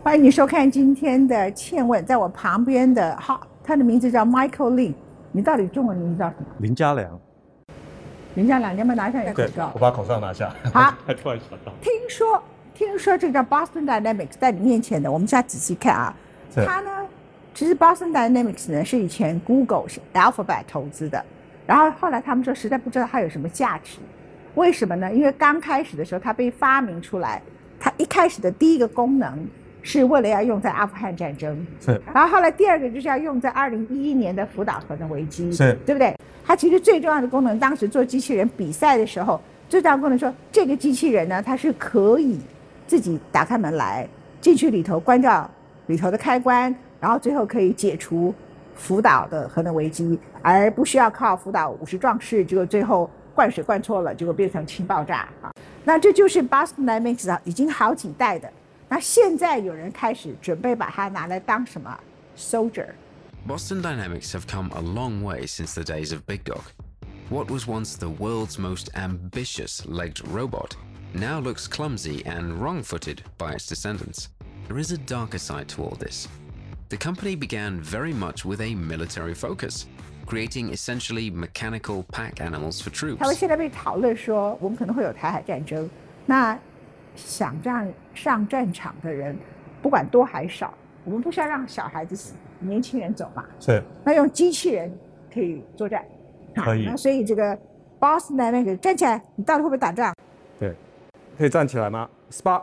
欢迎你收看今天的倩问，在我旁边的他的名字叫 Michael Lin， 你到底中文名字叫什么？ 林家良。 林家良，你要不要拿下你的口罩？ 我把口罩拿下。 好， 还突然想到， 听说这个叫 Boston Dynamics 在你面前的，我们现在仔细看啊，它呢，其实 Boston Dynamics 呢是以前 Google Alphabet 投资的，然后后来他们说实在不知道它有什么价值，为什么呢？因为刚开始的时候它被发明出来，它一开始的第一个功能是为了要用在阿富汗战争， 是， 然后后来第二个就是要用在2011年的福岛核能危机， 是， 对不对？它其实最重要的功能，当时做机器人比赛的时候，最重要的功能说，这个机器人呢，它是可以自己打开门来，进去里头关掉里头的开关，然后最后可以解除福岛的核能危机，而不需要靠福岛50壮士，结果最后灌水灌错了，结果变成氢爆炸啊。那这就是 Boston Dynamics 已经好几代的。那现在有人开始准备把它拿来当什么 soldier。Boston Dynamics have come a long way since the days of Big Dog. What was once the world's most ambitious legged robot now looks clumsy and wrong-footed by its descendants. There is a darker side to all this. The company began very much with a military focus, creating essentially mechanical pack animals for troops. 他们现在被讨论说，我们可能会有台海战争。那想上战场的人，不管多还少，我们不需要让小孩子死，年轻人走嘛。 是。 那用机器人可以作战。 可以。 那所以这个 Boston 的那个站起来，你到底会不会打仗？ 对。可以站起来吗 ？Spot。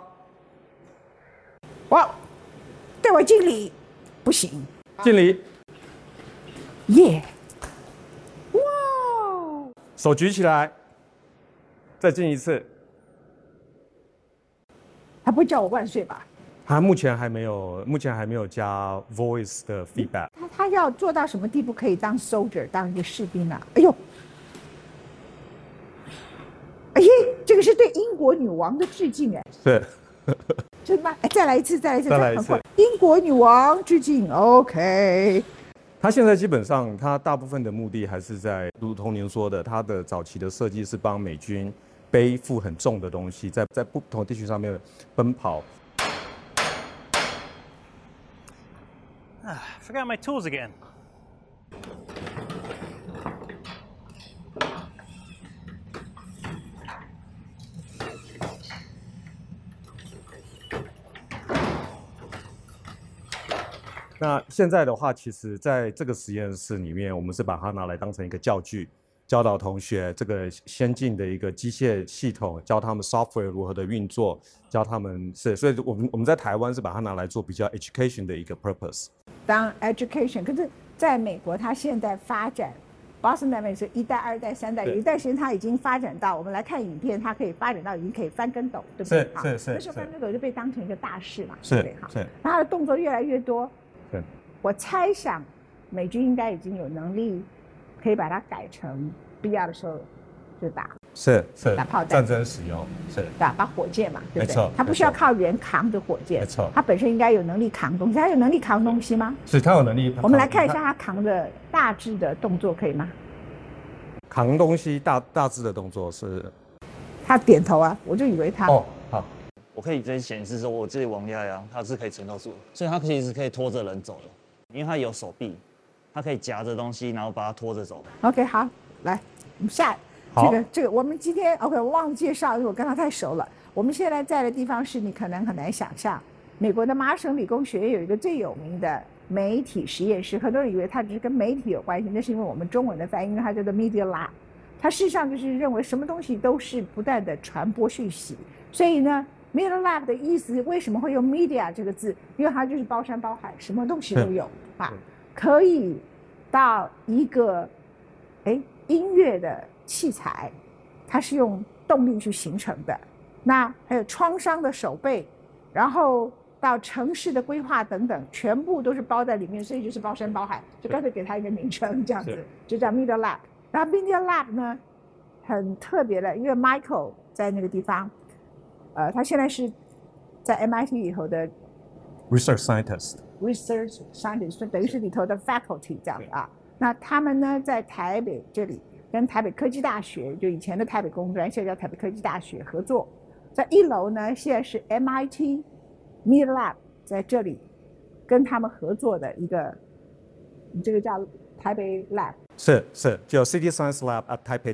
哇，对我敬礼，不行。 敬礼。 耶。哇。 手举起来。再敬一次。 他不会叫我万岁吧？ 他目前还没有加 voice 的 feedback。 他要做到什么地步可以当 soldier 当一个士兵啊？哎呦，哎耶，这个是对英国女王的致敬哎。 是。 真的吗？哎，再来一次。英国女王致敬 ，OK。 他现在基本上，他大部分的目的还是在，如同您说的，他的早期的设计是帮美军背负很重的东西，在不同地区上面奔跑。 Forgot my tools again. — 那现在的话，其实在这个实验室里面，我们是把它拿来当成一个教具，教导同学这个先进的一个机械系统，教他们 software 如何的运作，教他们所以我们在台湾是把它拿来做比较 education 的一个 purpose。 当 education， 可是在美国，它现在发展 Boston Dynamics 1代、2代、3代，有一段时间它已经发展到，我们来看影片，它可以发展到已经可以翻跟斗，对不对？ 是。 那时候翻跟斗就被当成一个大事嘛， 是。 对不对？然后它的动作越来越多。 是。 我猜想美军应该已经有能力可以把它改成必要的时候就打。 是打炮弹， 战争使用是打火箭嘛，对不对？ 没错， 它不需要靠人扛着火箭， 没错， 它本身应该有能力扛东西。它有能力扛东西吗？ 是，它有能力。 我们来看一下它扛的大致的动作，可以吗？ 扛东西大致的动作是， 他点头啊，我就以为他。 哦，好， 我可以直接显示说我这里往下压，它是可以承受住的，所以它其实可以拖着人走的，因为它有手臂，它可以夹着东西，然后把它拖着走。 OK， 好，来，我们下。这个，我们今天 OK， 我忘了介绍，因为我跟他太熟了。我们现在在的地方是你可能很难想象，美国的麻省理工学院有一个最有名的媒体实验室，很多人以为它只是跟媒体有关系，那是因为我们中文的翻译，因为它叫做 Media Lab。它事实上就是认为什么东西都是不断的传播讯息，所以呢 ，Media Lab 的意思为什么会用 media 这个字？因为它就是包山包海，什么东西都有啊，可以到一个音乐的器材，它是用动力去形成的。那还有创伤的手背，然后到城市的规划等等，全部都是包在里面，所以就是包山包海，就干脆给它一个名称，这样子就叫 Media Lab。然后 Media Lab 呢，很特别的，因为 Michael 在那个地方，他现在是在 MIT 里头的 research scientist， 等于是里头的 faculty 这样子啊。那他们呢，在台北这里跟台北科技大学，就以前的台北工专，现在叫台北科技大学合作，在1楼呢，现在是 MIT Media Lab 在这里跟他们合作的一个，你这个叫台北 Lab。 是，叫 City Science Lab at Taipei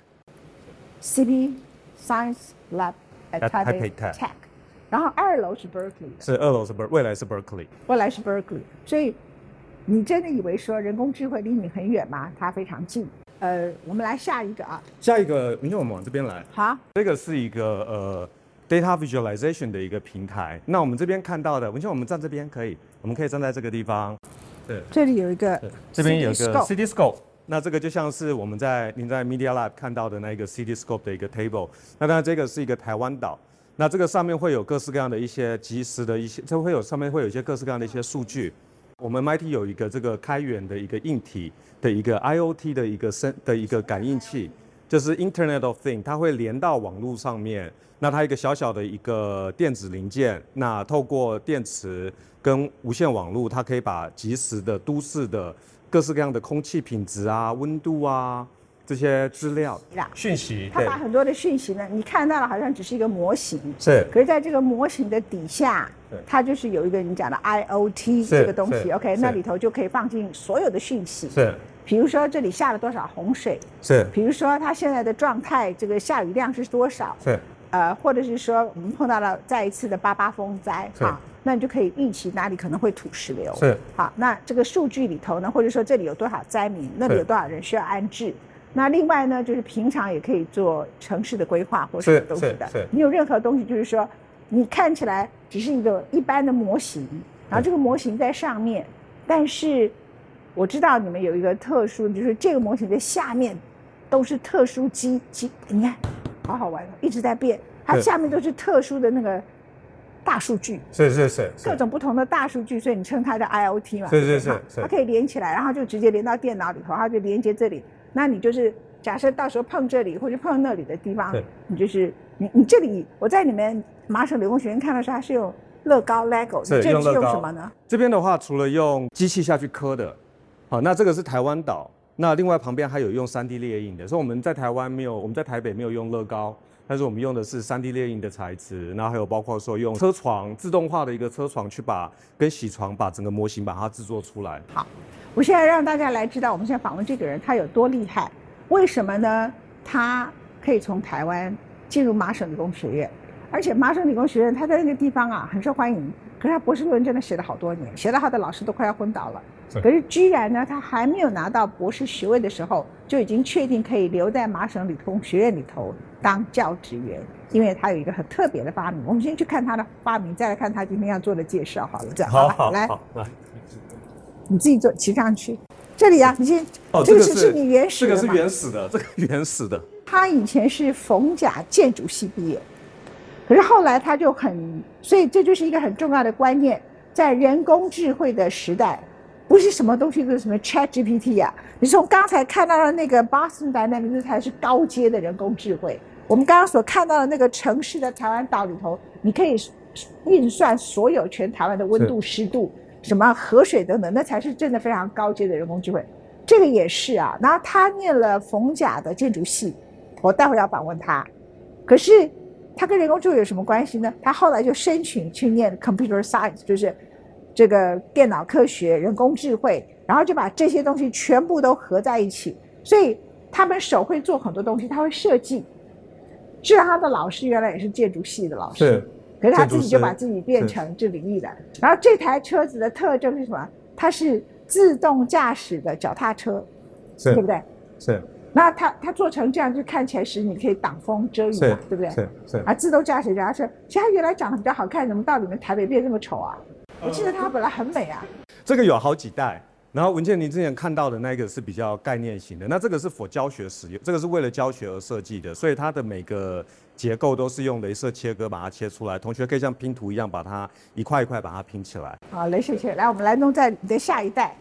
Tech。City Science Lab at Taipei Taipei Tech。 然后2楼是 Berkeley。 是2楼是未来是 Berkeley。 未来是 Berkeley。所以你真的以为说人工智慧离你很远吗？它非常近。我们来下一个啊。 下一个，明天我们往这边来。 好。 这个是一个data visualization 的一个平台。那我们这边看到的，文倩，我们站这边可以，我们可以站在这个地方。对， 这里有一个， 这边有一个 Cityscope。那这个就像是您在 Media Lab 看到的那个 Cityscope 的一个 table。那当然这个是一个台湾岛。那这个上面会有各式各样的一些即时的一些，上面会有一些各式各样的一些数据。我们 MIT 有一个这个开源的一个硬体的一个 IoT 的一个感应器，就是 Internet of Things， 它会连到网络上面。那它一个小小的一个电子零件，那透过电池跟无线网络，它可以把即时的都市的各式各样的空气品质啊、温度啊这些资料、讯息， 它把很多的讯息呢，你看到了好像只是一个模型， 是， 可是在这个模型的底下，它就是有一个你讲的 IoT 这个东西 ，OK， 那里头就可以放进所有的讯息， 是， 比如说这里下了多少洪水， 是， 比如说它现在的状态，这个下雨量是多少， 是， 或者是说我们碰到了再一次的88风灾，好，那你就可以预期哪里可能会土石流， 是， 好，那这个数据里头呢，或者说这里有多少灾民，那里有多少人需要安置。那另外呢，就是平常也可以做城市的规划或什么东西的。你有任何东西，就是说你看起来只是一个一般的模型，然后这个模型在上面，但是我知道你们有一个特殊，就是这个模型的下面都是特殊机，你看，好好玩哦，一直在变，它下面都是特殊的那个大数据， 是， 各种不同的大数据，所以你称它叫 IoT 嘛， 是， 它可以连起来，然后就直接连到电脑里头，它就连接这里。那你就是假设到时候碰这里或者碰那里的地方，你就是你这里，我在你们麻省理工学院看到是它是用乐高 Lego， 你这里是用什么呢？ 这边的话，除了用机器下去刻的，好，那这个是台湾岛，那另外旁边还有用3D 列印的，所以我们在台湾没有，我们在台北没有用乐高。但是我们用的是3D 列印的材质，然后还有包括说用车床自动化的一个车床去跟铣床把整个模型把它制作出来。 好，我现在让大家来知道我们现在访问这个人他有多厉害，为什么呢？他可以从台湾进入麻省理工学院，而且麻省理工学院他在那个地方啊很受欢迎，可是他博士论文真的写了好多年，写到他的老师都快要昏倒了。可是居然呢，他还没有拿到博士学位的时候，就已经确定可以留在麻省理工学院里头当教职员，因为他有一个很特别的发明。我们先去看他的发明，再来看他今天要做的介绍。好了，这样好，来，你自己坐，骑上去。这里啊，你先，这个是你原始的， 这个是原始的，这个原始的。 他以前是逢甲建筑系毕业，可是后来他就所以这就是一个很重要的观念，在人工智慧的时代。不是什么东西都是什么 ChatGPT 啊，你从刚才看到的那个 Boston Dynamics 才是高阶的人工智慧。我们刚刚所看到的那个城市的台湾岛里头，你可以运算所有全台湾的温度、湿度、什么河水等等，那才是真的非常高阶的人工智慧。这个也是啊，然后他念了逢甲的建筑系，我待会要访问他。可是他跟人工智慧有什么关系呢？他后来就申请去念 Computer Science， 就是这个电脑科学、人工智慧，然后就把这些东西全部都合在一起。所以他们手会做很多东西，他会设计。虽然他的老师原来也是建筑系的老师，可是他自己就把自己变成这领域的。然后这台车子的特征是什么？它是自动驾驶的脚踏车，对不对？ 是。 那它做成这样，就看起来使你可以挡风遮雨嘛，对不对？ 是。 啊，自动驾驶脚踏车，其实它原来长得比较好看，怎么到你们台北变这么丑啊？我记得它本来很美啊。 这个有好几代，然后文倩您之前看到的那个是比较概念型的，那这个是for教学使用，这个是为了教学而设计的，所以它的每个结构都是用雷射切割把它切出来，同学可以像拼图一样把它一块一块把它拼起来。 好，雷射切，来我们来弄在你的下一代。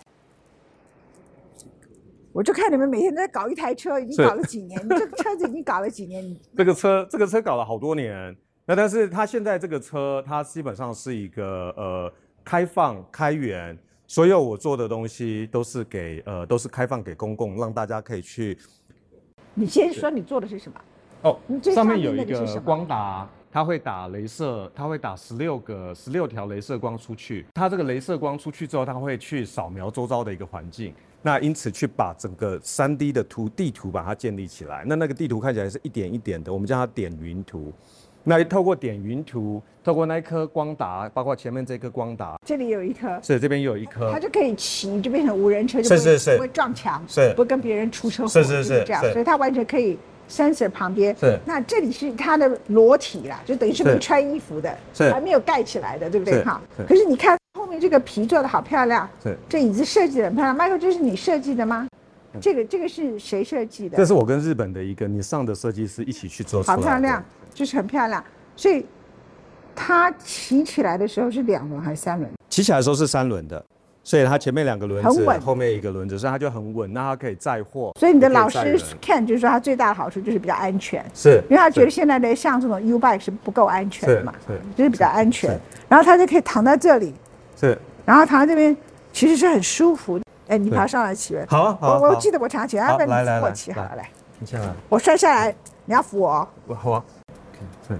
我就看你们每天都在搞一台车，已经搞了几年，你这个车子已经搞了几年？ 这个车搞了好多年，那但是它现在这个车，它基本上是一个开放开源，所有我做的东西都是开放给公共，让大家可以去。 你先说你做的是什么？ 哦，上面有一个光达它会打镭射，它会打16条镭射光出去。它这个镭射光出去之后，它会去扫描周遭的一个环境。那因此去把整个3D 的地图把它建立起来。那个地图看起来是一点一点的，我们叫它点云图。那透过点云图，透过那一颗光达，包括前面这颗光达， 这里有一颗， 是这边又有一颗， 它就可以骑，就变成无人车，就不会撞墙，不会跟别人出车祸，是这样，所以它完全可以 sensor 旁边。 是， 那这里是它的裸体啦，就等于是没穿衣服的，还没有盖起来的，对不对？哈。可是你看后面这个皮做的好漂亮， 是， 这椅子设计的很漂亮。Michael， 这是你设计的吗？这个是谁设计的？ 这是我跟日本的一个你上的设计师一起去做出来的， 好漂亮，就是很漂亮。所以它骑起来的时候是2轮还是3轮？ 骑起来的时候是3轮的，所以它前面2个轮子， 很稳， 后面1个轮子，所以它就很稳，那它可以载货。 所以你的老师看就是说它最大的好处就是比较安全， 是， 因为他觉得现在的像这种 U bike 是不够安全的嘛，就是比较安全。然后他就可以躺在这里， 是， 然后躺在这边其实是很舒服的。哎，你爬上来骑呗。 好， 我记得我常骑，要不然你扶我骑好了，来， 你下来， 我摔下来，你要扶我哦。 好啊。对。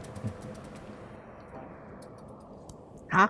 好，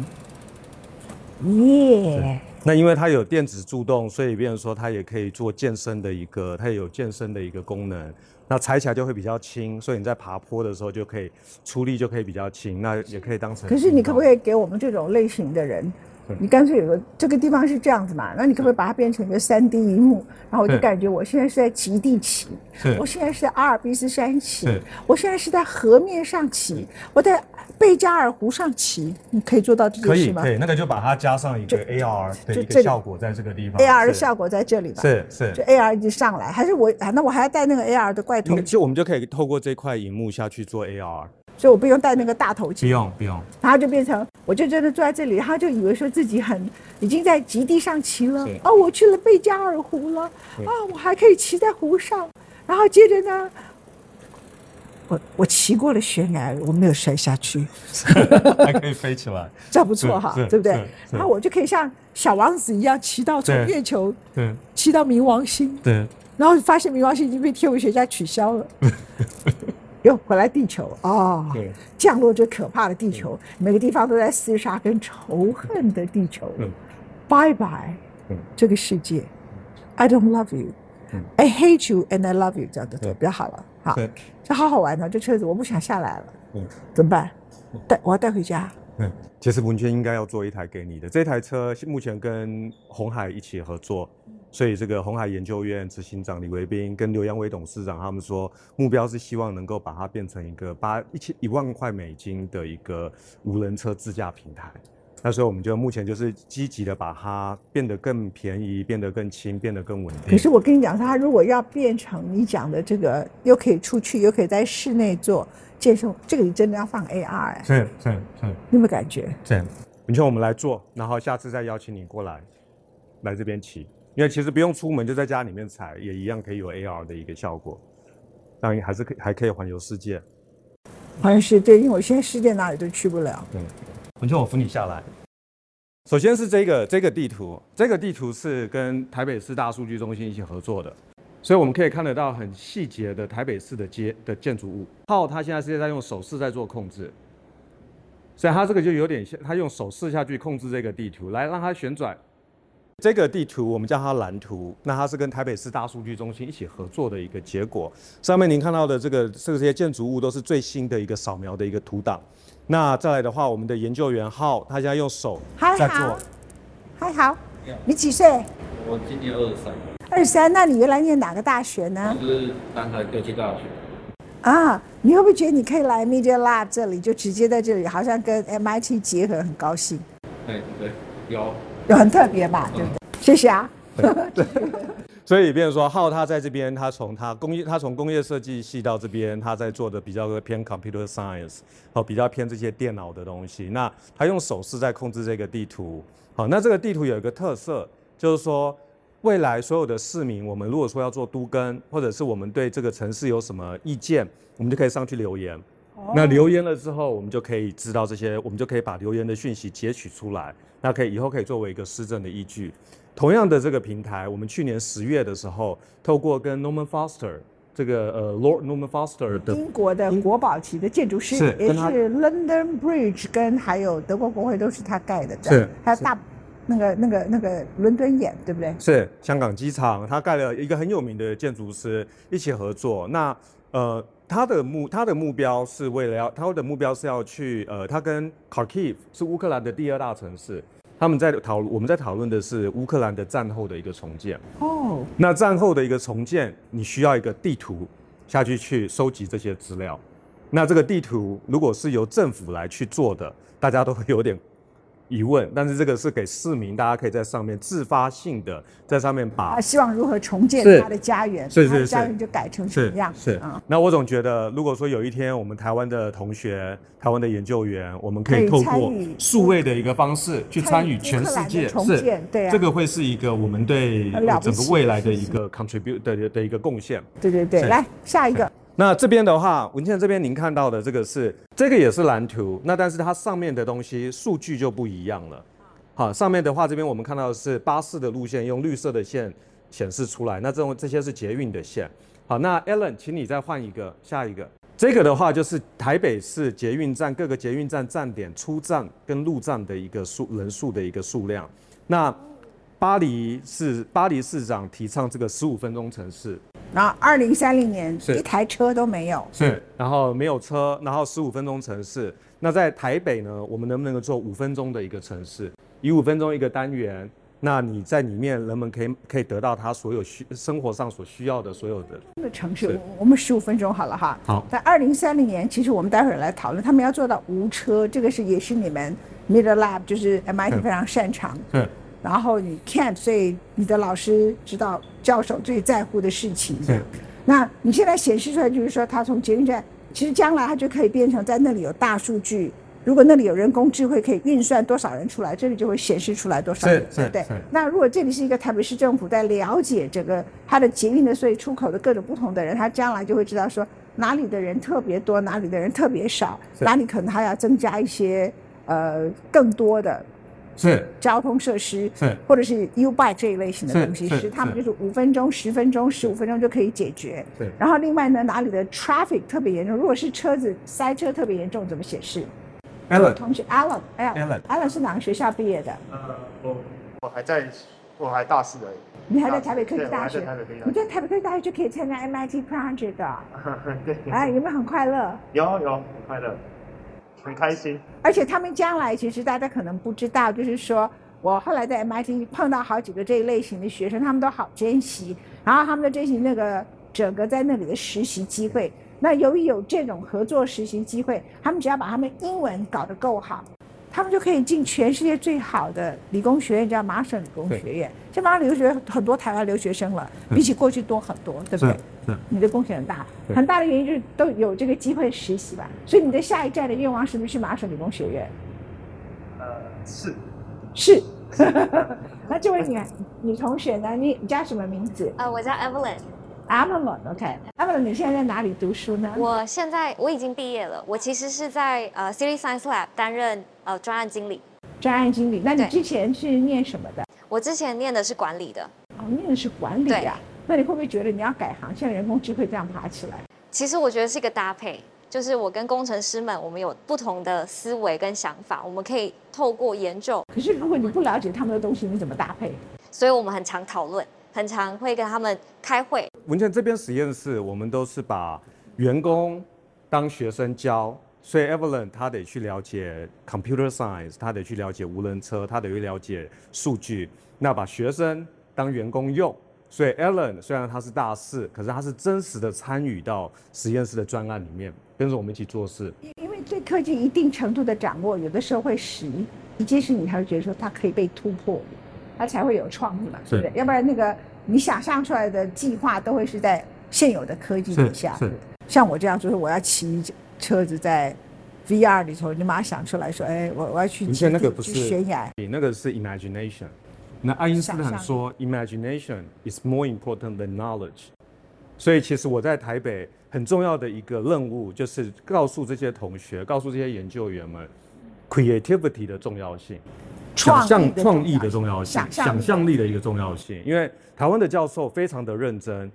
耶！ 那因为它有电子助动，所以变成说它也可以做健身的一个，它也有健身的一个功能。那踩起来就会比较轻，所以你在爬坡的时候就可以出力就可以比较轻，那也可以当成。 可是你可不可以给我们这种类型的人，你干脆有个这个地方是这样子嘛？那你可不可以把它变成一个3D 萤幕？然后我就感觉我现在是在极地骑，我现在是在阿尔卑斯山骑，我现在是在河面上骑，我在贝加尔湖上骑，你可以做到这件事吗？ 可以，那个就把它加上一个 AR 的一个效果在这个地方。 AR 的效果在这里吧？ 是， 就 AR 一直上来，还是那我还要戴那个 AR 的怪头？ 就我们就可以透过这块荧幕下去做 AR。 所以我不用戴那个大头巾， 不用， 然后就变成，我就真的坐在这里，他就以为说自己已经在极地上骑了，哦，我去了贝加尔湖了，啊，我还可以骑在湖上，然后接着呢，我骑过了悬崖，我没有摔下去， 还可以飞起来， 这不错哈，对不对？然后我就可以像小王子一样骑到从月球，骑到冥王星， 对， 然后发现冥王星已经被天文学家取消了。又回来地球哦，降落这可怕的地球，每个地方都在厮杀跟仇恨的地球，拜拜，这个世界 ，I don't love you， I hate you and I love you， 这样的比较好了，好，这好好玩哦，这车子我不想下来了，怎么办？我要带回家。 其实文娟应该要做一台给你的，这台车目前跟鸿海一起合作。所以这个鸿海研究院执行长李维斌跟刘扬伟董事长他们说，目标是希望能够把它变成一个1万块美金的一个无人车自驾平台。那所以我们就目前就是积极的把它变得更便宜，变得更轻，变得更稳定。 可是我跟你讲，它如果要变成你讲的这个，又可以出去，又可以在室内做健身，这个你真的要放 AR 哎。 是， 你有没有感觉？ 是，明天我们来做，然后下次再邀请你过来这边骑。因为其实不用出门，就在家里面踩，也一样可以有 AR 的一个效果。当然还可以环游世界。 环游世界，因为我现在世界哪里都去不了。 文娟，我扶你下来。首先是这个地图，这个地图是跟台北市大数据中心一起合作的，所以我们可以看得到很细节的台北市的建筑物。它现在是在用手势在做控制，所以它这个就有点像，它用手势下去控制这个地图，来让它旋转。这个地图我们叫它蓝图，那它是跟台北市大数据中心一起合作的一个结果。上面您看到的这些建筑物都是最新的一个扫描的一个图档。那再来的话，我们的研究员浩他现在用手在做。 还好，你几岁？ 我今年23。 23，那你原来念哪个大学呢？ 就是南台科技大学。 啊，你会不会觉得你可以来 Media Lab 这里，就直接在这里，好像跟 MIT 结合，很高兴？ 对，有很特别吧，对不对？谢谢啊。 所以，比如说浩他在这边，他从工业设计系到这边，他在做的比较偏 computer science， 比较偏这些电脑的东西。那他用手势在控制这个地图。好，那这个地图有一个特色，就是说未来所有的市民，我们如果说要做都更，或者是我们对这个城市有什么意见，我们就可以上去留言。那留言了之后，我们就可以知道这些，我们就可以把留言的讯息截取出来，那以后可以作为一个施政的依据。同样的这个平台，我们去年10月的时候，透过跟 Norman Foster 这个Lord Norman Foster 的英国的国宝级的建筑师， 是也跟他是 London Bridge 跟还有德国国会都是他盖的， 是还有大那个伦敦眼，对不对？ 是香港机场，他盖了一个很有名的建筑师一起合作。那他的目标是为了要去他跟 Kharkiv 是乌克兰的第2大城市。我们在讨论的是乌克兰的战后的一个重建。 哦， 那战后的一个重建，你需要一个地图下去收集这些资料。那这个地图如果是由政府来去做的，大家都会有点疑问。但是这个是给市民，大家可以在上面自发性的在上面把他希望如何重建他的家园， 是他的家园就改成什么样？ 是。那我总觉得，如果说有一天我们台湾的同学、台湾的研究员，我们可以透过数位的一个方式去参与全世界， 是，对啊， 这个会是一个我们对整个未来的一个 contribute 的一个贡献。 对，来下一个。 那这边的话，文茜这边您看到的这个也是蓝图，那但是它上面的东西数据就不一样了。好，上面的话这边我们看到的是巴士的路线用绿色的线显示出来，那这些是捷运的线。好，那 Alan， 请你再换下一个。这个的话就是台北市捷运站各个捷运站站点出站跟入站的一个人数的一个数量。那巴黎市长提倡这个15分钟城市。 然后2030年一台车都没有， 是，然后没有车，然后15分钟城市。那在台北呢，我们能不能够做5分钟的一个城市，以5分钟一个单元，那你在里面人们可以得到他所有生活上所需要的所有的这个城市，我们15分钟好了哈。 好， 在2030年，其实我们待会儿来讨论，他们要做到无车，这个也是你们 Media Lab 就是 MIT 非常擅长。 对。 然后你 Kent， 所以你的老师知道教授最在乎的事情。 对。 那你现在显示出来就是说，他从捷运站，其实将来它就可以变成在那里有大数据，如果那里有人工智慧可以运算多少人出来，这里就会显示出来多少人，对不对？那如果这里是一个台北市政府在了解这个它的捷运的所以出口的各种不同的人，他将来就会知道说哪里的人特别多，哪里的人特别少，哪里可能还要增加一些更多的。 是交通设施， 是或者是 U-Bike 这一类型的东西，是他们就是5分钟、10分钟、15分钟就可以解决。 对。 然后另外呢，哪里的 traffic 特别严重，如果是车子塞车特别严重，怎么显示 ？Alan 同学 Alan 是哪个学校毕业的？ 我还大4而已。 你还在台北科技大学？你在台北科技大学就可以参加 MIT Project 的。 对。 哎，有没有很快乐？ 有很快乐。很开心， 而且他们将来其实大家可能不知道，就是说我后来在 MIT 碰到好几个这一类型的学生，他们都好珍惜，然后他们的珍惜那个整个在那里的实习机会。那由于有这种合作实习机会，他们只要把他们英文搞得够好，他们就可以进全世界最好的理工学院，叫麻省理工学院。现在麻省理工学院很多台湾留学生了，比起过去多很多，对不对？你的贡献很大，很大的原因就是都有这个机会实习吧。所以你的下一站的愿望是不是去麻省理工学院？是。那这位女同学呢？你叫什么名字？ 我叫 Evelyn。Evelyn，OK。Evelyn，你现在在哪里读书呢？ 我已经毕业了。我其实是在City Science Lab 担任专案经理。 专案经理，那你之前是念什么的？ 我之前念的是管理的。 念的是管理啊。那你会不会觉得你要改行，像人工智慧这样爬起来？ 其实我觉得是一个搭配，就是我跟工程师们，我们有不同的思维跟想法，我们可以透过研究。 可是如果你不了解他们的东西，你怎么搭配？ 所以我们很常讨论，很常会跟他们开会。 文茜这边实验室，我们都是把员工当学生教，所以 Evelyn 他得去了解 computer science， 他得去了解无人车，他得去了解数据，那把学生当员工用。所以 Alan 虽然他是大4，可是他是真实的参与到实验室的专案里面，跟着我们一起做事。 因为对科技一定程度的掌握，有的时候会使一件事你才会觉得说它可以被突破，它才会有创意嘛，对不对？要不然那个你想象出来的计划都会是在现有的科技底下。是。像我这样，就是我要骑车子在 VR 里头，你马上想出来说，哎，我要去那个不是悬崖， 你那个是 imagination。那爱因斯坦说 ，imagination is more important than knowledge。所以其实我在台北很重要的一个任务，就是告诉这些同学，告诉这些研究员们 ，creativity 的重要性，创意的重要性，想象力的一个重要性。因为台湾的教授非常的认真，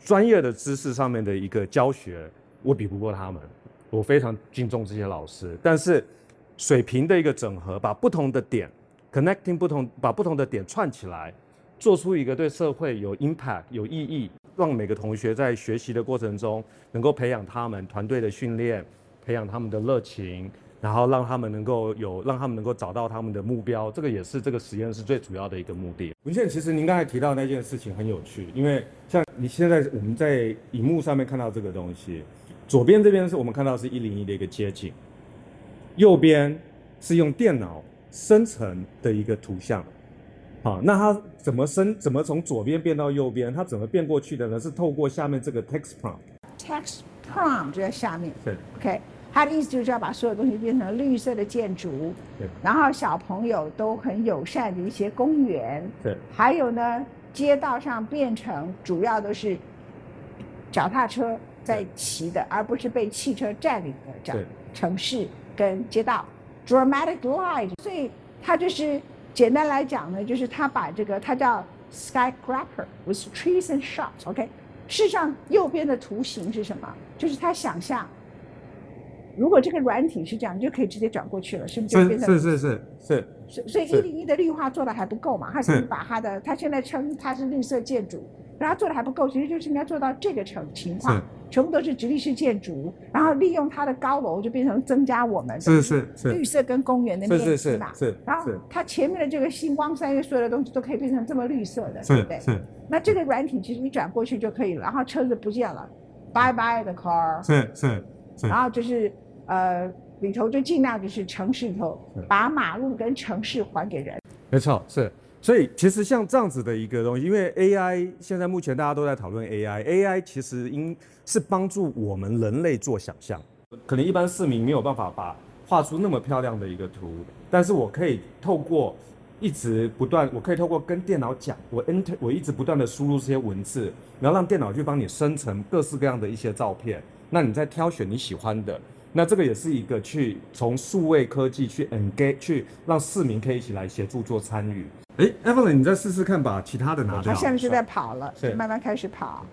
专业的知识上面的一个教学，我比不过他们，我非常敬重这些老师，但是水平的一个整合，把不同的点 connecting 把不同的点串起来，做出一个对社会有 impact 有意义，让每个同学在学习的过程中能够培养他们团队的训练，培养他们的热情，然后让他们能够找到他们的目标，这个也是这个实验室最主要的一个目的。文宪，其实您刚才提到那件事情很有趣，因为像你现在我们在荧幕上面看到这个东西，左边这边是我们看到是101的一个街景，右边是用电脑生成的一个图像。好，那它怎么从左边变到右边？它怎么变过去的呢？是透过下面这个 text prompt。text prompt 就在下面。 对 ，OK， 它的意思就是要把所有东西变成绿色的建筑， 对， 然后小朋友都很友善的一些公园， 对， 还有呢，街道上变成主要都是脚踏车在骑的，而不是被汽车占领的城市跟街道 ，dramatic light， 所以它就是简单来讲呢，就是它把这个它叫 skyscraper with trees and shops，OK。事实上，右边的图形是什么？就是他想象，如果这个软体是这样，就可以直接转过去了，是不是？是。所以101的绿化做的还不够嘛？他是把他现在称它是绿色建筑，然后做的还不够，其实就是应该做到这个情况，全部都是直立式建筑，然后利用它的高楼就变成增加我们绿色跟公园的面积嘛。然后它前面的这个星光三月所有的东西都可以变成这么绿色的，对不对？那这个软体其实你转过去就可以了，然后车子不见了 ，bye bye the car。是。然后就是里头就尽量就是城市里头把马路跟城市还给人。 没错，是。所以其实像这样子的一个东西，因为 AI 现在目前大家都在讨论 AI 其实是帮助我们人类做想象，可能一般市民没有办法画出那么漂亮的一个图，但是我可以透过我可以透过跟电脑讲，我一直不断的输入这些文字，然后让电脑去帮你生成各式各样的一些照片，那你再挑选你喜欢的，那这个也是一个去从数位科技去 engage， 去让市民可以一起来协助做参与。Evelyn， 你再试试看，把其他的拿掉。 他现在就在跑了，慢慢开始跑。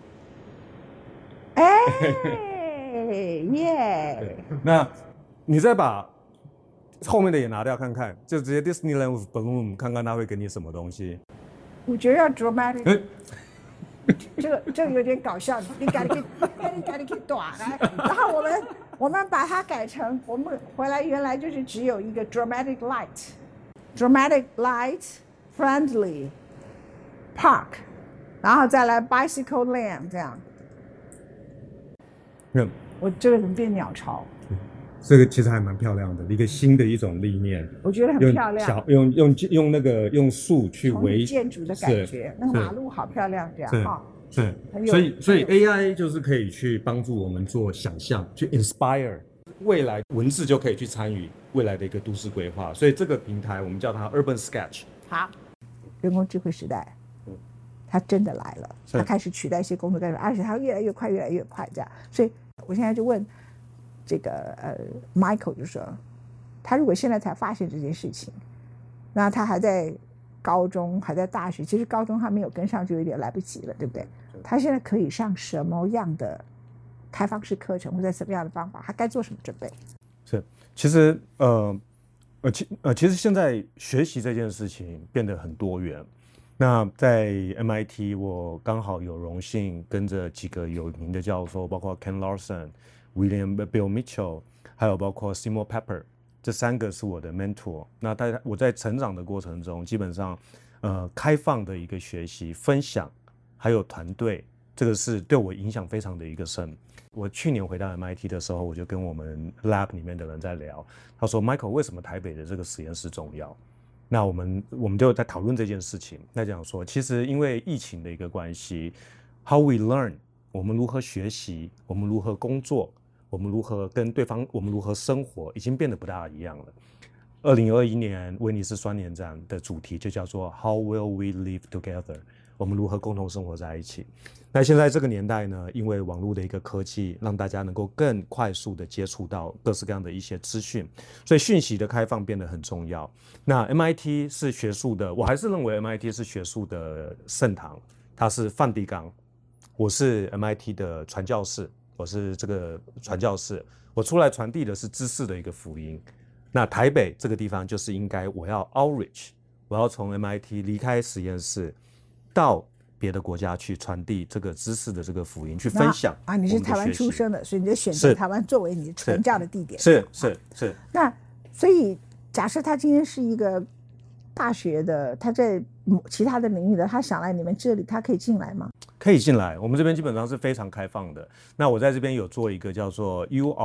耶！ 那你再把后面的也拿掉看看，就直接 Disneyland with Balloon， 看看它会给你什么东西。 我觉得要 dramatic。这个有点搞笑，你赶紧短来，然后我们把它改成，我们回来原来就是只有一个 dramatic light。friendly park， 然后再来 bicycle lane 这样。我这个怎么变鸟巢？ 这个其实还蛮漂亮的，一个新的一种理念。 我觉得很漂亮。 用树去围建筑的感觉，那马路好漂亮，这样哈。 是，所以 AI 就是可以去帮助我们做想象，去 inspire。未来文字就可以去参与未来的一个都市规划，所以这个平台我们叫它 Urban Sketch。 好，人工智慧时代，它真的来了，它开始取代一些工作干扰，而且它越来越快，越来越快这样。所以我现在就问这个Michael， 就说他如果现在才发现这件事情，那他还在高中，还在大学，其实高中还没有跟上，就有点来不及了，对不对？他现在可以上什么样的开放式课程，或者什么样的方法，他该做什么准备？ 是，其实其实现在学习这件事情变得很多元。那在 MIT， 我刚好有荣幸跟着几个有名的教授，包括 Ken Larson、William Bill Mitchell， 还有包括 Seymour Papert， 这3个是我的 mentor。那我在成长的过程中，基本上开放的一个学习、分享，还有团队，这个是对我影响非常的一个深。我去年回到 MIT 的时候，我就跟我们 lab 里面的人在聊，他说 Michael， 为什么台北的这个实验室重要？那我们就在讨论这件事情，在讲说，其实因为疫情的一个关系 ，how we learn， 我们如何学习，我们如何工作，我们如何跟对方，我们如何生活，已经变得不大一样了。2021年威尼斯双年展的主题就叫做 How will we live together？ 我们如何共同生活在一起？那现在这个年代呢，因为网络的一个科技，让大家能够更快速的接触到各式各样的一些资讯，所以讯息的开放变得很重要。那 MIT 是学术的，我还是认为 MIT 是学术的圣堂，它是梵蒂冈。 我是 MIT 的传教士，我是这个传教士，我出来传递的是知识的一个福音。那台北这个地方就是应该我要 outreach， 我要从 MIT 离开实验室到别的国家去传递这个知识的这个福音，去分享。 你是台湾出生的，所以你就选择台湾作为你的传教的地点。 是。 那所以假设他今天是一个大学的，他在其他的领域的，他想来你们这里，他可以进来吗？ 可以进来，我们这边基本上是非常开放的。那我在这边有做一个叫做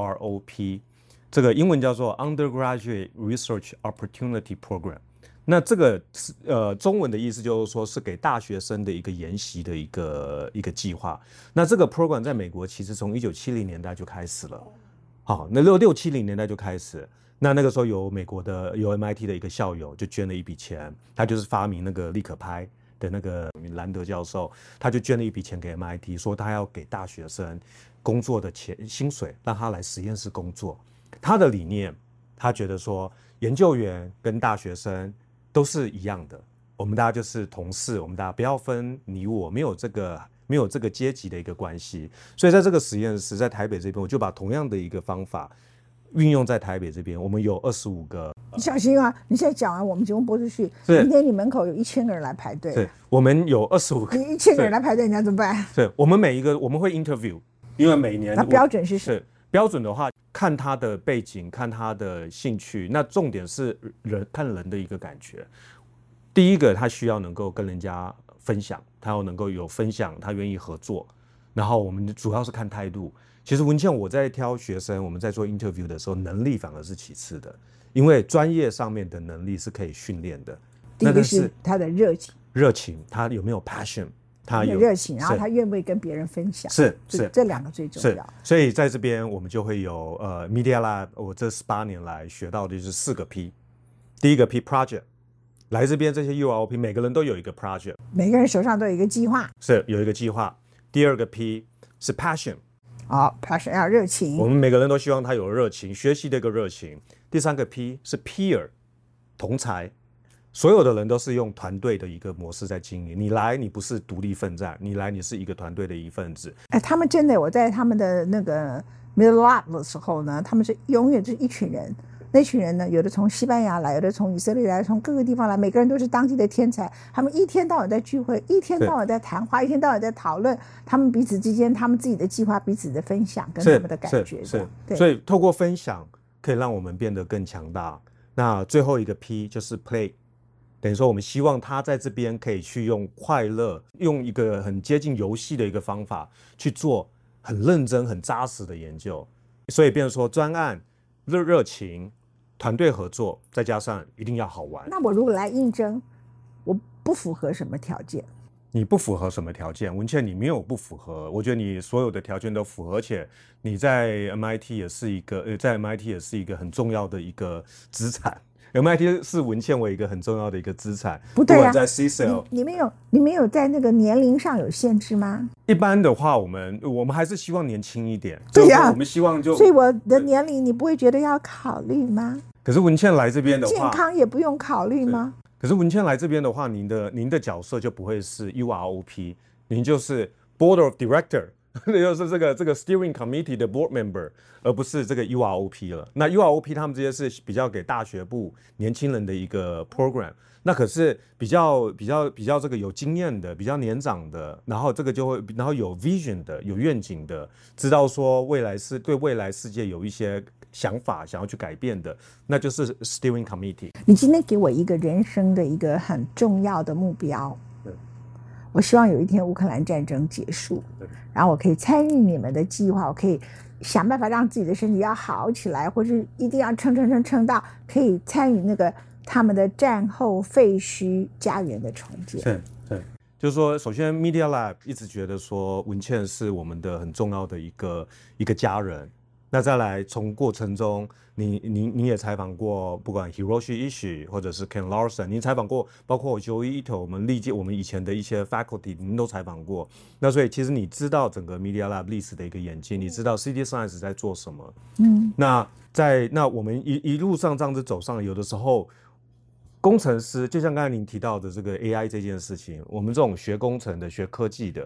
UROP， 这个英文叫做 Undergraduate Research Opportunity Program。那这个中文的意思就是说是给大学生的一个研习的一个计划。那这个 program 在美国其实从1970年代就开始了，好，那670年代就开始。那个时候有美国的有 MIT 的一个校友就捐了一笔钱，他就是发明那个立可拍的那个兰德教授，他就捐了一笔钱给 MIT， 说他要给大学生工作的薪水，让他来实验室工作。他的理念，他觉得说研究员跟大学生都是一样的，我们大家就是同事，我们大家不要分你我，没有这个阶级的一个关系。所以在这个实验室，在台北这边，我就把同样的一个方法运用在台北这边。我们有25个。 你小心啊！你现在讲完，我们节目播出去，明天你门口有1000个人来排队。 对，我们有25个。 你1000个人来排队，你要怎么办？ 对，我们每一个我们会 interview， 因为每年那标准是什么？ 标准的话，看他的背景，看他的兴趣。那重点是看人的一个感觉。第一个，他需要能够跟人家分享，他要能够有分享，他愿意合作。然后我们主要是看态度。其实文茜，我在挑学生，我们在做 interview 的时候，能力反而是其次的，因为专业上面的能力是可以训练的。 第一个是他的热情， 他有没有 passion， 他有热情，然后他愿不愿意跟别人分享， 是这2个最重要。 所以在这边我们就会有Media Lab， 我这18年来学到的就是4个 P。第一个 P project， 来这边这些 UROP 每个人都有一个 project， 每个人手上都有一个计划， 是有一个计划。第2个 P 是 passion。 passion 要热情， 我们每个人都希望他有热情，学习的一个热情。第3个 P 是 peer， 同才，所有的人都是用团队的一个模式在经营。你来，你不是独立奋战，你来，你是一个团队的一份子。 他们真的，我在他们的那个 Middle Lab 的时候呢，他们是永远就是一群人。那群人呢，有的从西班牙来，有的从以色列来，从各个地方来，每个人都是当地的天才。他们一天到晚在聚会，一天到晚在谈话，一天到晚在讨论他们彼此之间他们自己的计划，彼此的分享跟他们的感觉。 是，所以透过分享可以让我们变得更强大。那最后一个 P 就是 play， 等于说我们希望他在这边可以去用快乐，用一个很接近游戏的一个方法去做很认真、很扎实的研究。所以变成说专案热情。团队合作，再加上一定要好玩。 那我如果来应征，我不符合什么条件？ 你不符合什么条件？文茜，你没有不符合，我觉得你所有的条件都符合，而且你在 MIT 也是一个，在 MIT 也是一个很重要的一个资产。MIT 是文茜为一个很重要的一个资产。 不对啊， 在 CSL， 你没有在那个年龄上有限制吗？ 一般的话，我们还是希望年轻一点。 对呀， 我们希望就。 所以我的年龄你不会觉得要考虑吗？ 可是文茜来这边的话， 健康也不用考虑吗？ 可是文茜来这边的话，您的角色就不会是 UROP， 您就是 Board of Director， 就是这个 Steering Committee 的 Board Member， 而不是这个 UROP 了。那 UROP 他们这些是比较给大学部年轻人的一个 program， 那可是比较这个有经验的、比较年长的，然后这个就会，然后有 vision 的、有愿景的，知道说对未来世界有一些想法想要去改变的，那就是 Steering Committee。 你今天给我一个人生的一个很重要的目标，我希望有一天乌克兰战争结束，然后我可以参与你们的计划，我可以想办法让自己的身体要好起来，或是一定要撑到可以参与那个他们的战后废墟家园的重建。 对，就是说，首先 Media Lab 一直觉得说文茜是我们的很重要的一个家人。那再来，从过程中，你也采访过，不管 Hiroshi Ishii 或者是 Ken Larson， 你采访过，包括Joey Ito， 我们以前的一些 faculty， 您都采访过。那所以其实你知道整个 Media Lab 历史的一个演进，你知道 CD Science 在做什么。那我们一路上这样子走上，有的时候工程师就像刚才您提到的这个 AI 这件事情，我们这种学工程的、学科技的。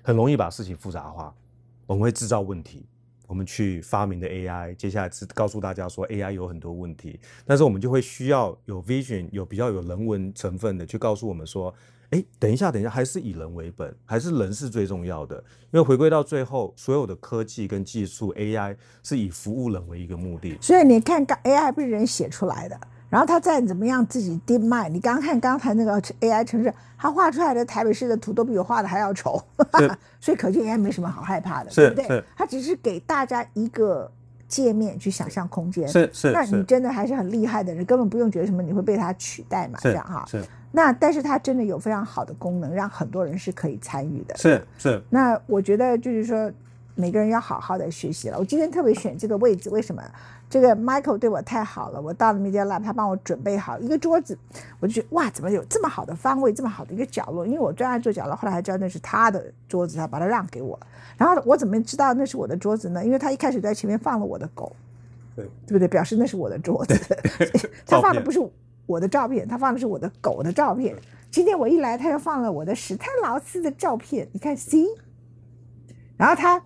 很容易把事情复杂化，我们会制造问题。我们去发明的 AI， 接下来是告诉大家说 AI 有很多问题，但是我们就会需要有 vision， 有比较有人文成分的去告诉我们说，等一下，还是以人为本，还是人是最重要的。因为回归到最后，所有的科技跟技术 AI 是以服务人为一个目的。 所以你看 AI 不是人写出来的，然后他再怎么样自己 DeepMind， 你刚才那个 AI 城市，他画出来的台北市的图都比我画的还要丑，所以可见 AI 没什么好害怕的，对不对？他只是给大家一个界面去想象空间， 是， 那你真的还是很厉害的人，根本不用觉得什么你会被他取代嘛，这样哈。 是。 那但是它真的有非常好的功能，让很多人是可以参与的。 是。 那我觉得就是说，每个人要好好的学习了。我今天特别选这个位置，为什么？这个 Michael 对我太好了，我到了 Media Lab， 他帮我准备好一个桌子，我就觉得哇，怎么有这么好的方位，这么好的一个角落？因为我最爱做角落，后来还知道那是他的桌子，他把它让给我。然后我怎么知道那是我的桌子呢？因为他一开始在前面放了我的狗，对不对？表示那是我的桌子，他放的不是我的照片，他放的是我的狗的照片。今天我一来，他又放了我的史泰劳斯的照片，你看 see。然后他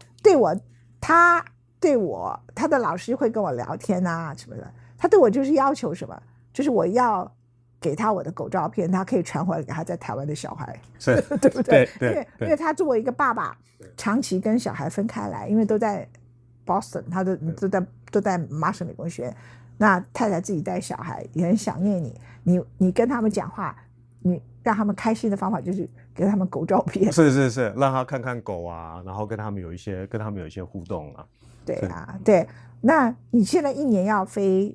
的老师会跟我聊天啊什么的，他对我就是要求什么，就是我要给他我的狗照片，他可以传回来给他在台湾的小孩， 是对不对？ 对， 因为他作为一个爸爸，长期跟小孩分开来，因为都在 Boston， 他都在麻省理工学院。那太太自己带小孩，也很想念你。你跟他们讲话，你让他们开心的方法就是给他们狗照片。 是，让他看看狗啊，然后跟他们有一些互动啊。 对啊，对。那你现在一年要飞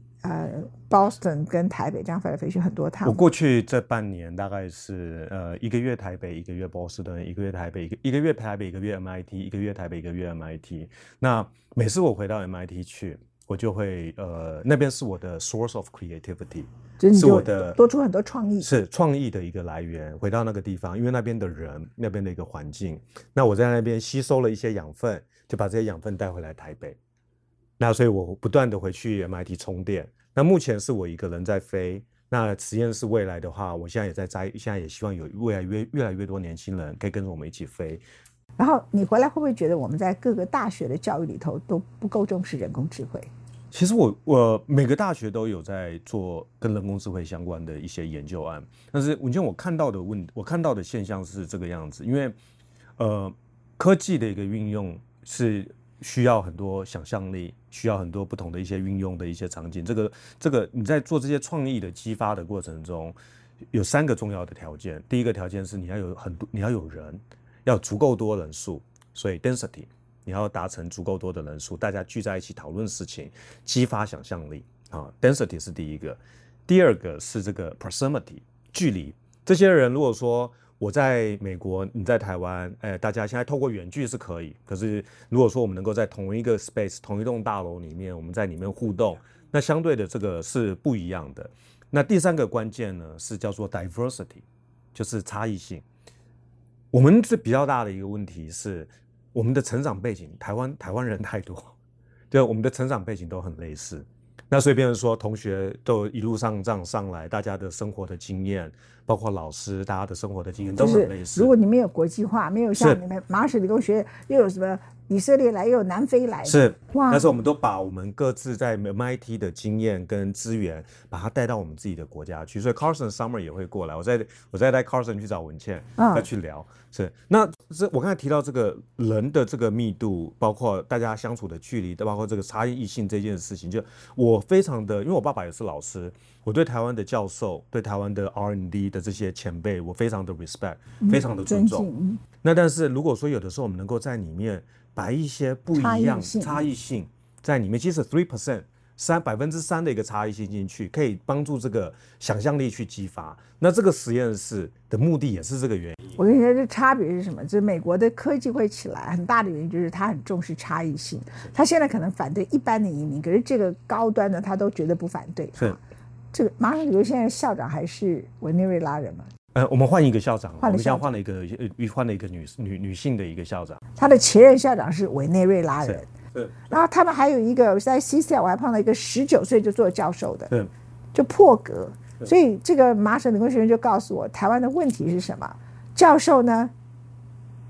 Boston 跟台北这样飞来飞去很多趟。 我过去这半年大概是1个月台北，1个月波士顿，1个月台北，一个月台北，1个月 MIT， 1个月台北，1个月 MIT。那每次我回到 MIT 去，我就会那边是我的 source of creativity， 是我的多出很多创意， 是创意的一个来源。回到那个地方，因为那边的人，那边的一个环境，那我在那边吸收了一些养分，就把这些养分带回来台北。那所以我不断的回去 MIT 充电。那目前是我一个人在飞。那实验室未来的话，我现在也现在也希望有未来越来越多年轻人可以跟着我们一起飞。 然后你回来会不会觉得我们在各个大学的教育里头都不够重视人工智慧？ 其实我每个大学都有在做跟人工智慧相关的一些研究案，但是文娟我看到的现象是这个样子，因为科技的一个运用是需要很多想象力，需要很多不同的一些运用的一些场景。这个你在做这些创意的激发的过程中，有3个重要的条件。第一个条件是你要有人，要有足够多人数，所以 density。你要达成足够多的人数，大家聚在一起讨论事情，激发想象力啊。density 是第一个，第二个是这个 proximity 距离。这些人如果说我在美国，你在台湾，大家现在透过远距是可以。可是如果说我们能够在同一个 space 同一栋大楼里面，我们在里面互动，那相对的这个是不一样的。那第3个关键呢是叫做 diversity， 就是差异性。我们最比较大的一个问题是，我们的成长背景，台湾人太多，对，我们的成长背景都很类似。那所以变成说，同学都一路上这样上来，大家的生活的经验，包括老师，大家的生活的经验都很类似。 如果你没有国际化，没有像你们麻省理工学院又有什么以色列来，又有南非来， 是哇。但是我们都把我们各自在 MIT 的经验跟资源，把它带到我们自己的国家去。所以 Carson Summer 也会过来，我再带 Carson 去找文茜，再去聊。是，那我刚才提到这个人的这个密度，包括大家相处的距离，包括这个差异性这件事情，就我非常的，因为我爸爸也是老师，我对台湾的教授，对台湾的 R&D 的这些前辈，我非常的 respect，非常的尊重。那但是如果说有的时候我们能够在里面把一些不一样差异性在里面，即使 3% 的一个差异性进去，可以帮助这个想象力去激发。那这个实验室的目的也是这个原因。 我跟你说，这差别是什么？就是美国的科技会起来，很大的原因就是他很重视差异性。他现在可能反对一般的移民，可是这个高端的他都绝对不反对。 是， 这个麻省理工现在校长还是委内瑞拉人吗？ 我们换一个校长，我们现在换了一个女性的一个校长。 他的前任校长是委内瑞拉人。 然后他们还有一个在 CCL 我还碰到一个19岁就做教授的，就破格。所以这个麻省理工学院就告诉我，台湾的问题是什么？教授呢，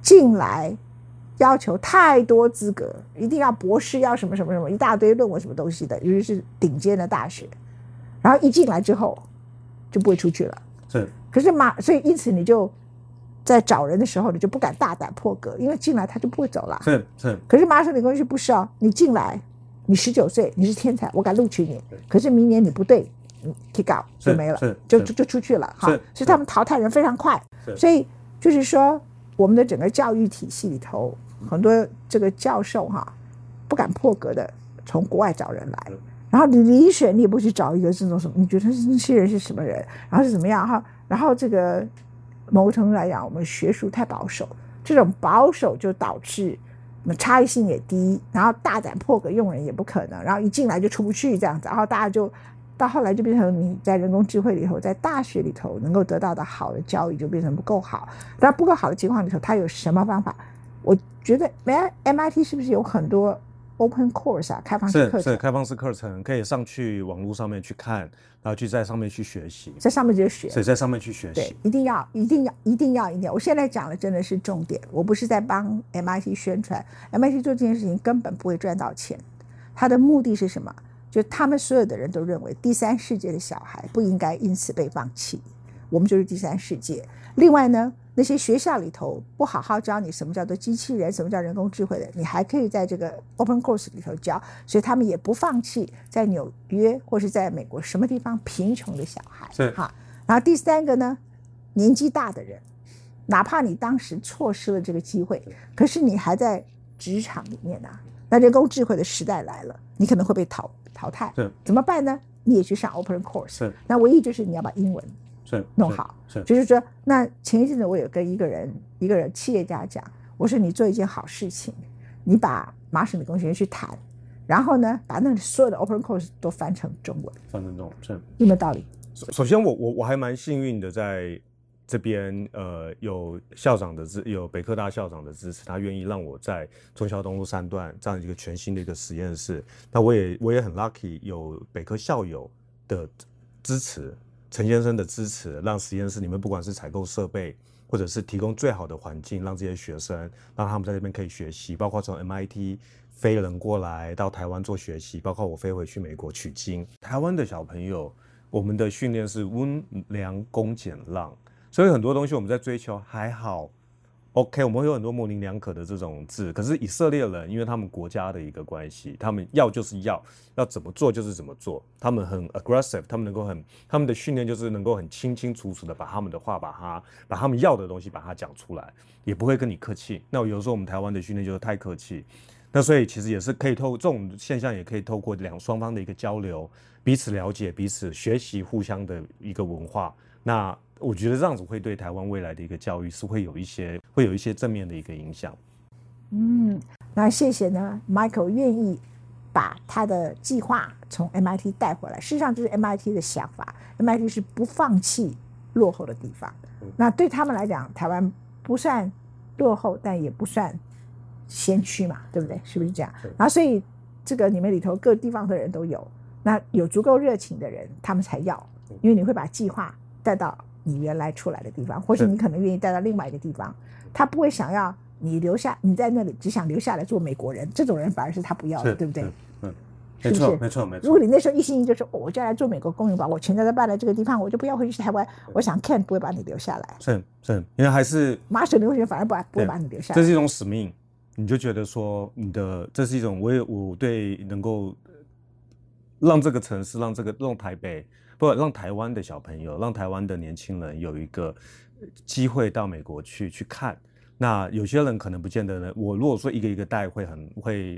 进来要求太多资格，一定要博士，要什么什么什么一大堆论文什么东西的，尤其是顶尖的大学，然后一进来之后就不会出去了。 是， 可是所以因此你就在找人的时候，你就不敢大胆破格，因为进来他就不会走了。 是。 可是麻省理工学不是哦，你进来，你19岁，你是天才，我敢录取你。可是明年你不对，你 kick out 就没了，就出去了哈。所以他们淘汰人非常快。所以就是说，我们的整个教育体系里头，很多这个教授哈不敢破格的从国外找人来，然后你遴选你也不去找一个这种什么，你觉得那些人是什么人，然后是怎么样哈，然后这个某个程度来讲，我们学术太保守，这种保守就导致差异性也低，然后大胆破格用人也不可能，然后一进来就出不去这样子，然后大家就到后来就变成你在人工智慧里头，在大学里头能够得到的好的教育就变成不够好。那不够好的情况里头，他有什么方法？我觉得 MIT 是不是有很多 open course 啊，开放式课程？ 是开放式课程，可以上去网络上面去看，然后去在上面去学习， 在上面就学， 所以在上面去学习。 对，一定要！我现在讲的真的是重点，我不是在帮 MIT 宣传 ，MIT 做这件事情根本不会赚到钱，它的目的是什么？就他们所有的人都认为第三世界的小孩不应该因此被放弃，我们就是第三世界。另外呢，那些学校里头不好好教你什么叫做机器人，什么叫人工智慧的，你还可以在这个 open course 里头教，所以他们也不放弃在纽约或是在美国什么地方贫穷的小孩。 是哈。然后第三个呢，年纪大的人，哪怕你当时错失了这个机会，可是你还在职场里面啊，那人工智慧的时代来了，你可能会被淘汰，怎么办呢？你也去上 open course， 那唯一就是你要把英文弄好。就是说，那前一阵子我有跟一个人企业家讲，我说你做一件好事情，你把麻省理工学院去谈，然后呢，把那里所有的 open course 都翻成中文，有没有道理？ 首先我还蛮幸运的，在这边有有北科大校长的支持，他愿意让我在忠孝东路3段这样一个全新的一个实验室。那我也很 lucky 有北科校友的支持，陈先生的支持，让实验室里面不管是采购设备，或者是提供最好的环境，让这些学生让他们在这边可以学习，包括从 MIT 飞人过来到台湾做学习，包括我飞回去美国取经。台湾的小朋友，我们的训练是温良恭俭让。所以很多东西我们在追求还好 ，OK， 我们会有很多模棱两可的这种字。可是以色列人，因为他们国家的一个关系，他们要就是要怎么做就是怎么做。他们很 aggressive， 他们的训练就是能够很清清楚楚的把他们的话把他们要的东西把它讲出来，也不会跟你客气。那有时候我们台湾的训练就是太客气。那所以其实也是可以这种现象也可以透过双方的一个交流，彼此了解、彼此学习、互相的一个文化。那我觉得这样子会对台湾未来的一个教育是会有一些正面的一个影响。 那谢谢呢 ，Michael 愿意把他的计划从 MIT 带回来。事实上，这是 MIT 的想法。MIT 是不放弃落后的地方。那对他们来讲，台湾不算落后，但也不算先驱嘛，对不对？是不是这样？然后所以这个你们里头各地方的人都有，那有足够热情的人，他们才要，因为你会把计划带到你原来出来的地方，或者你可能愿意带到另外一个地方，他不会想要你留下，你在那里只想留下来做美国人，这种人反而是他不要的，对不对？ 没错。 如果你那时候一心一意就说，我就来做美国公民吧，我全家都搬来这个地方，我就不要回去台湾，我想 Ken 不会把你留下来， 是，因为还是麻省理工学院反而不会把你留下来， 这是一种使命，你就觉得说这是一种我对能够让这个城市，让台北。让台湾的小朋友，让台湾的年轻人有一个机会到美国去看。那有些人可能不见得呢。我如果说一个一个带会很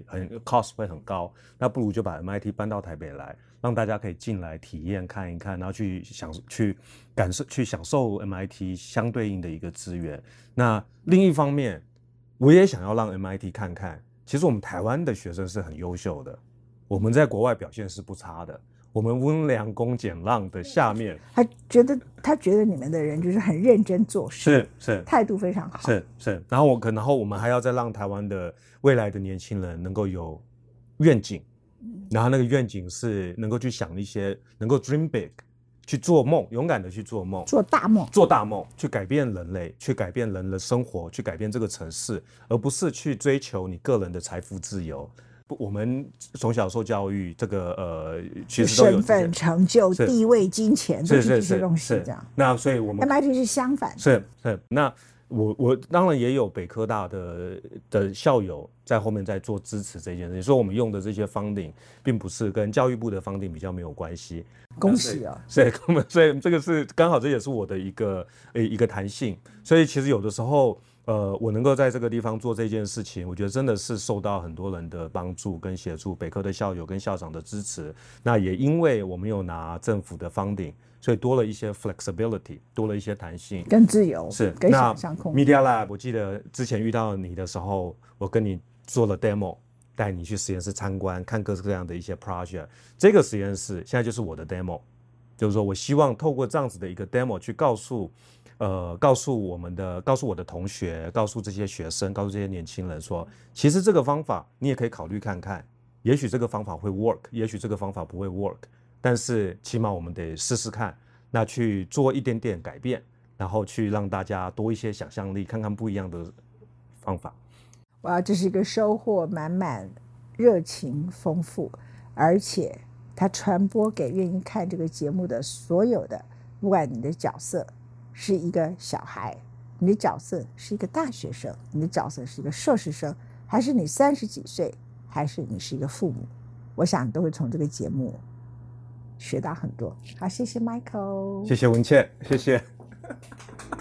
cost 会很高，那不如就把 MIT 搬到台北来，让大家可以进来体验看一看，然后去享受 MIT 相对应的一个资源。那另一方面，我也想要让 MIT 看看，其实我们台湾的学生是很优秀的，我们在国外表现是不差的。我们温良恭俭让的下面，他觉得你们的人就是很认真做事， 是态度非常好， 是。然后我们还要再让台湾的未来的年轻人能够有愿景，然后那个愿景是能够去想一些，能够 dream big， 去做梦，勇敢的去做梦， 做大梦， 做大梦，去改变人类，去改变人的生活，去改变这个城市，而不是去追求你个人的财富自由。我们从小受教育，这个其实都有身份、成就、地位、金钱，都是这些东西这样。 那所以我们 MIT 是相反的。 是。那我当然也有北科大的校友在后面在做支持这件事情，所以我们用的这些 funding 并不是跟教育部的 funding 比较没有关系。 恭喜啊！ 所以这个是刚好，这也是我的一个弹性。所以其实有的时候，我能够在这个地方做这件事情，我觉得真的是受到很多人的帮助跟协助，北科的校友跟校长的支持。那也因为我们有拿政府的 funding。所以多了一些 flexibility， 多了一些弹性跟自由， 是跟想象空间。 Media Lab， 我记得之前遇到你的时候，我跟你做了 demo， 带你去实验室参观，看各式各样的一些 project。这个实验室现在就是我的 demo， 就是说我希望透过这样子的一个 demo 去告诉我的同学，告诉这些学生，告诉这些年轻人说，其实这个方法你也可以考虑看看，也许这个方法会 work， 也许这个方法不会 work。但是起码我们得试试看，那去做一点点改变，然后去让大家多一些想象力，看看不一样的方法。 哇，这是一个收获满满、热情丰富，而且它传播给愿意看这个节目的所有的，不管你的角色是一个小孩，你的角色是一个大学生，你的角色是一个硕士生，还是你30几岁，还是你是一个父母，我想都会从这个节目学到很多。好，谢谢 Michael， 谢谢文茜，谢谢。